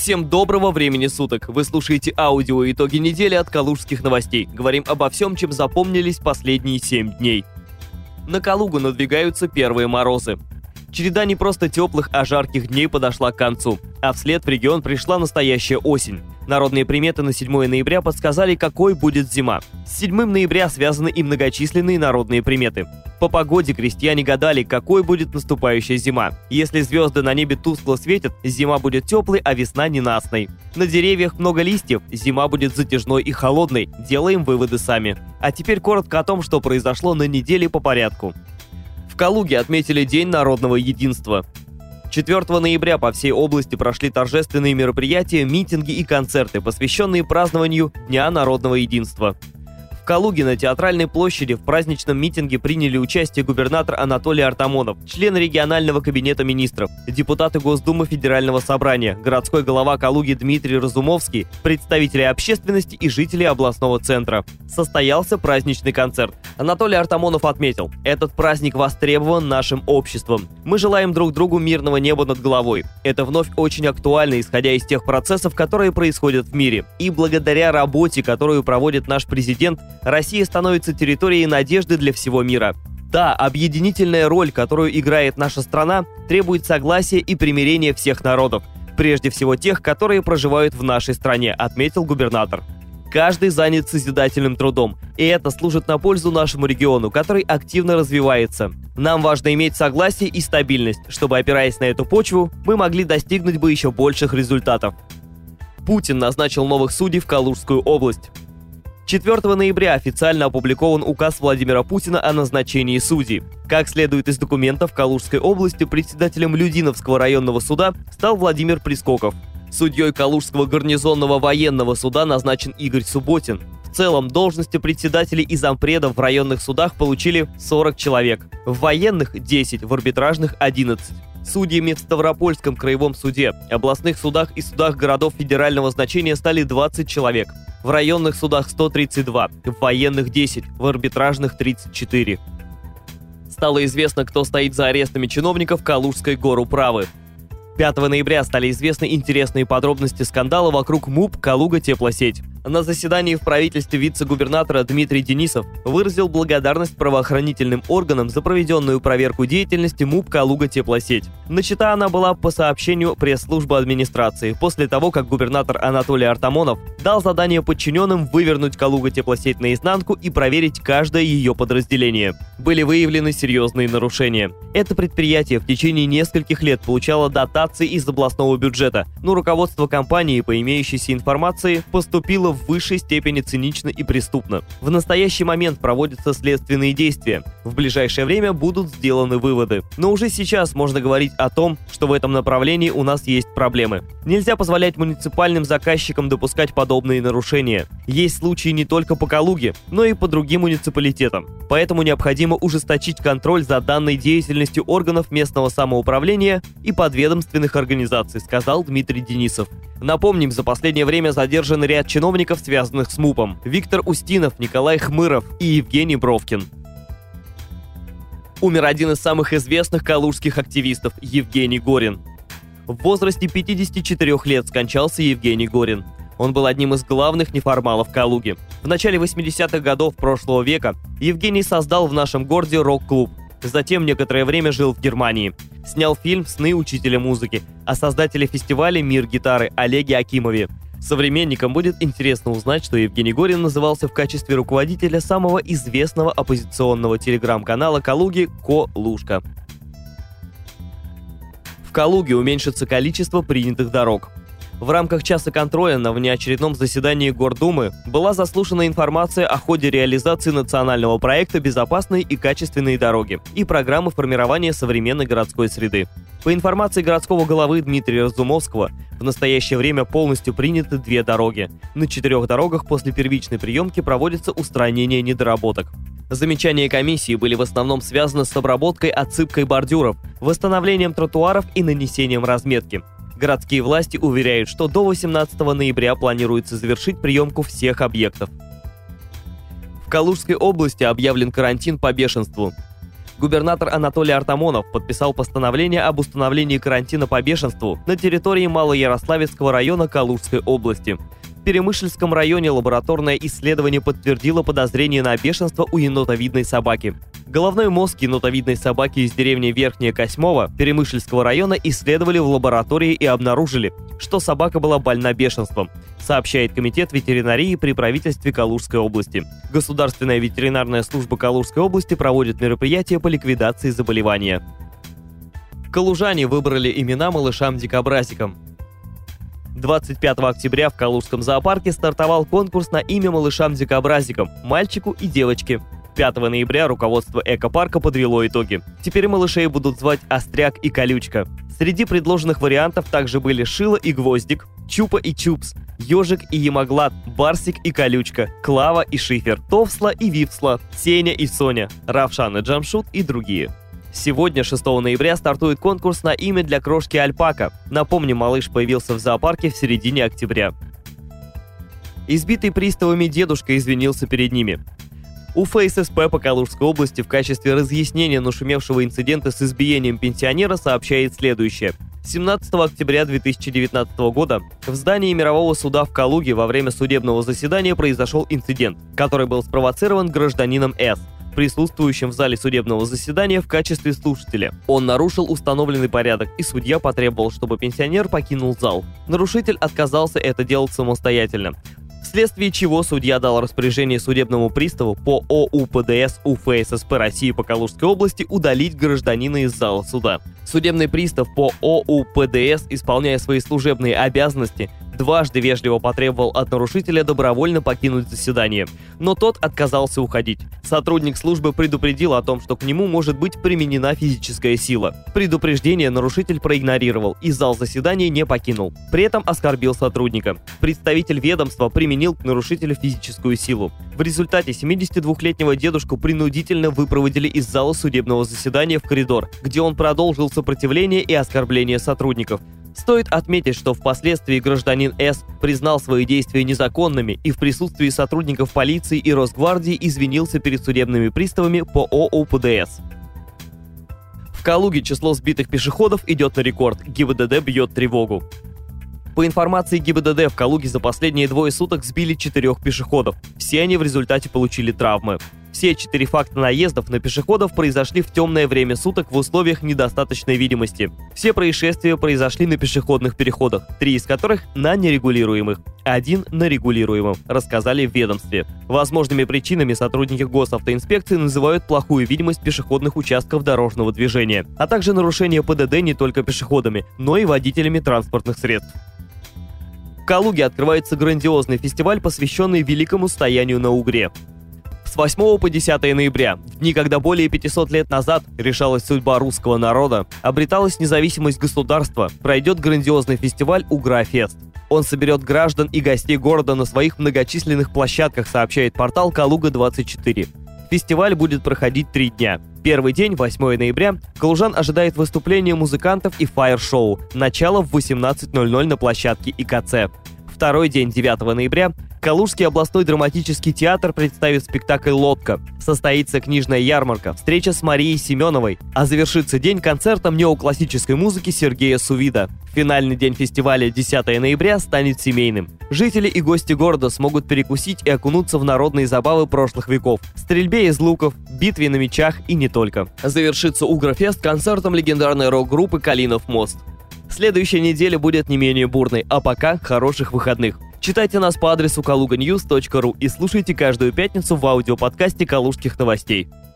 Всем доброго времени суток! Вы слушаете аудио «Итоги недели» от Калужских новостей. Говорим обо всем, чем запомнились последние 7 дней. На Калугу надвигаются первые морозы. Череда не просто теплых, а жарких дней подошла к концу, а вслед в регион пришла настоящая осень. Народные приметы на 7 ноября подсказали, какой будет зима. С 7 ноября связаны и многочисленные народные приметы. По погоде крестьяне гадали, какой будет наступающая зима. Если звезды на небе тускло светят, зима будет теплой, а весна ненастной. На деревьях много листьев, зима будет затяжной и холодной. Делаем выводы сами. А теперь коротко о том, что произошло на неделе по порядку. В Калуге отметили День народного единства. 4 ноября по всей области прошли торжественные мероприятия, митинги и концерты, посвященные празднованию Дня народного единства. В Калуге на Театральной площади в праздничном митинге приняли участие губернатор Анатолий Артамонов, члены регионального кабинета министров, депутаты Госдумы Федерального собрания, городской глава Калуги Дмитрий Разумовский, представители общественности и жители областного центра. Состоялся праздничный концерт. Анатолий Артамонов отметил: этот праздник востребован нашим обществом. Мы желаем друг другу мирного неба над головой. Это вновь очень актуально, исходя из тех процессов, которые происходят в мире. И благодаря работе, которую проводит наш президент, Россия становится территорией надежды для всего мира. Да, объединительная роль, которую играет наша страна, требует согласия и примирения всех народов, прежде всего тех, которые проживают в нашей стране, отметил губернатор. Каждый занят созидательным трудом, и это служит на пользу нашему региону, который активно развивается. Нам важно иметь согласие и стабильность, чтобы, опираясь на эту почву, мы могли достигнуть бы еще больших результатов. Путин назначил новых судей в Калужскую область. 4 ноября официально опубликован указ Владимира Путина о назначении судей. Как следует из документов, в Калужской области председателем Людиновского районного суда стал Владимир Прискоков. Судьей Калужского гарнизонного военного суда назначен Игорь Субботин. В целом, должности председателей и зампредов в районных судах получили 40 человек. В военных – 10, в арбитражных – 11. Судьями в Ставропольском краевом суде, областных судах и судах городов федерального значения стали 20 человек. В районных судах 132, в военных 10, в арбитражных 34. Стало известно, кто стоит за арестами чиновников Калужской горуправы. 5 ноября стали известны интересные подробности скандала вокруг МУП «Калуга Теплосеть». На заседании в правительстве вице-губернатора Дмитрий Денисов выразил благодарность правоохранительным органам за проведенную проверку деятельности МУП «Калуга Теплосеть». Начата она была по сообщению пресс-службы администрации, после того, как губернатор Анатолий Артамонов дал задание подчиненным вывернуть «Калуга Теплосеть» наизнанку и проверить каждое ее подразделение. Были выявлены серьезные нарушения. Это предприятие в течение нескольких лет получало дотации из областного бюджета, но руководство компании, по имеющейся информации, поступило в высшей степени цинично и преступно. В настоящий момент проводятся следственные действия. В ближайшее время будут сделаны выводы. Но уже сейчас можно говорить о том, что в этом направлении у нас есть проблемы. Нельзя позволять муниципальным заказчикам допускать подобные нарушения. Есть случаи не только по Калуге, но и по другим муниципалитетам. Поэтому необходимо ужесточить контроль за данной деятельностью органов местного самоуправления и подведомственных организаций, сказал Дмитрий Денисов. Напомним, за последнее время задержан ряд чиновников, связанных с МУПом: Виктор Устинов, Николай Хмыров и Евгений Бровкин. Умер один из самых известных калужских активистов – Евгений Горин. В возрасте 54 лет скончался Евгений Горин. Он был одним из главных неформалов Калуги. В начале 80-х годов прошлого века Евгений создал в нашем городе рок-клуб. Затем некоторое время жил в Германии. Снял фильм «Сны учителя музыки» о создателе фестиваля «Мир гитары» Олеге Акимове. Современникам будет интересно узнать, что Евгений Горин назывался в качестве руководителя самого известного оппозиционного телеграм-канала Калуги «Колужка». В Калуге уменьшится количество принятых дорог. В рамках часа контроля на внеочередном заседании Гордумы была заслушана информация о ходе реализации национального проекта «Безопасные и качественные дороги» и программы формирования современной городской среды. По информации городского главы Дмитрия Разумовского, в настоящее время полностью приняты 2 дороги. На 4 дорогах после первичной приемки проводится устранение недоработок. Замечания комиссии были в основном связаны с обработкой, отсыпкой бордюров, восстановлением тротуаров и нанесением разметки. Городские власти уверяют, что до 18 ноября планируется завершить приемку всех объектов. В Калужской области объявлен карантин по бешенству. Губернатор Анатолий Артамонов подписал постановление об установлении карантина по бешенству на территории Малоярославецкого района Калужской области. В Перемышльском районе лабораторное исследование подтвердило подозрение на бешенство у енотовидной собаки. Головной мозг енотовидной собаки из деревни Верхняя Косьмова Перемышльского района исследовали в лаборатории и обнаружили, что собака была больна бешенством, сообщает Комитет ветеринарии при правительстве Калужской области. Государственная ветеринарная служба Калужской области проводит мероприятия по ликвидации заболевания. Калужане выбрали имена малышам-дикобразикам. 25 октября в Калужском зоопарке стартовал конкурс на имя малышам-дикобразикам, мальчику и девочке. 5 ноября руководство экопарка подвело итоги. Теперь малышей будут звать Остряк и Колючка. Среди предложенных вариантов также были Шила и Гвоздик, Чупа и Чупс, Ежик и Ямаглат, Барсик и Колючка, Клава и Шифер, Товсла и Випсла, Сеня и Соня, Равшан и Джамшут и другие. Сегодня, 6 ноября, стартует конкурс на имя для крошки Альпака. Напомню, малыш появился в зоопарке в середине октября. Избитый приставами дедушка извинился перед ними. УФССП по Калужской области в качестве разъяснения нашумевшего инцидента с избиением пенсионера сообщает следующее. 17 октября 2019 года в здании Мирового суда в Калуге во время судебного заседания произошел инцидент, который был спровоцирован гражданином С, присутствующим в зале судебного заседания в качестве слушателя. Он нарушил установленный порядок, и судья потребовал, чтобы пенсионер покинул зал. Нарушитель отказался это делать самостоятельно, вследствие чего судья дал распоряжение судебному приставу по ОУПДС УФССП России по Калужской области удалить гражданина из зала суда. Судебный пристав по ОУПДС, исполняя свои служебные обязанности, дважды вежливо потребовал от нарушителя добровольно покинуть заседание, но тот отказался уходить. Сотрудник службы предупредил о том, что к нему может быть применена физическая сила. Предупреждение нарушитель проигнорировал и зал заседания не покинул. При этом оскорбил сотрудника. Представитель ведомства применил к нарушителю физическую силу. В результате 72-летнего дедушку принудительно выпроводили из зала судебного заседания в коридор, где он продолжил сопротивление и оскорбление сотрудников. Стоит отметить, что впоследствии гражданин С признал свои действия незаконными и в присутствии сотрудников полиции и Росгвардии извинился перед судебными приставами по ОУПДС. В Калуге число сбитых пешеходов идет на рекорд, ГИБДД бьет тревогу. По информации ГИБДД, в Калуге за последние 2 суток сбили 4 пешеходов. Все они в результате получили травмы. Все 4 факта наездов на пешеходов произошли в темное время суток в условиях недостаточной видимости. Все происшествия произошли на пешеходных переходах, 3 из которых на нерегулируемых, 1 на регулируемом, рассказали в ведомстве. Возможными причинами сотрудники госавтоинспекции называют плохую видимость пешеходных участков дорожного движения, а также нарушение ПДД не только пешеходами, но и водителями транспортных средств. В Калуге открывается грандиозный фестиваль, посвященный великому стоянию на Угре. С 8 по 10 ноября, в дни, когда более 500 лет назад решалась судьба русского народа, обреталась независимость государства, пройдет грандиозный фестиваль «Угра-фест». Он соберет граждан и гостей города на своих многочисленных площадках, сообщает портал Калуга-24. Фестиваль будет проходить 3 дня. Первый день, 8 ноября, калужан ожидает выступление музыкантов и фаер-шоу. Начало в 18:00 на площадке ИКЦ. Второй день, 9 ноября, Калужский областной драматический театр представит спектакль «Лодка». Состоится книжная ярмарка, встреча с Марией Семеновой, а завершится день концертом неоклассической музыки Сергея Сувида. Финальный день фестиваля, 10 ноября, станет семейным. Жители и гости города смогут перекусить и окунуться в народные забавы прошлых веков, стрельбе из луков, битве на мечах и не только. Завершится Угра-фест концертом легендарной рок-группы «Калинов мост». Следующая неделя будет не менее бурной, а пока хороших выходных. Читайте нас по адресу kaluganews.ru и слушайте каждую пятницу в аудиоподкасте «Калужских новостей».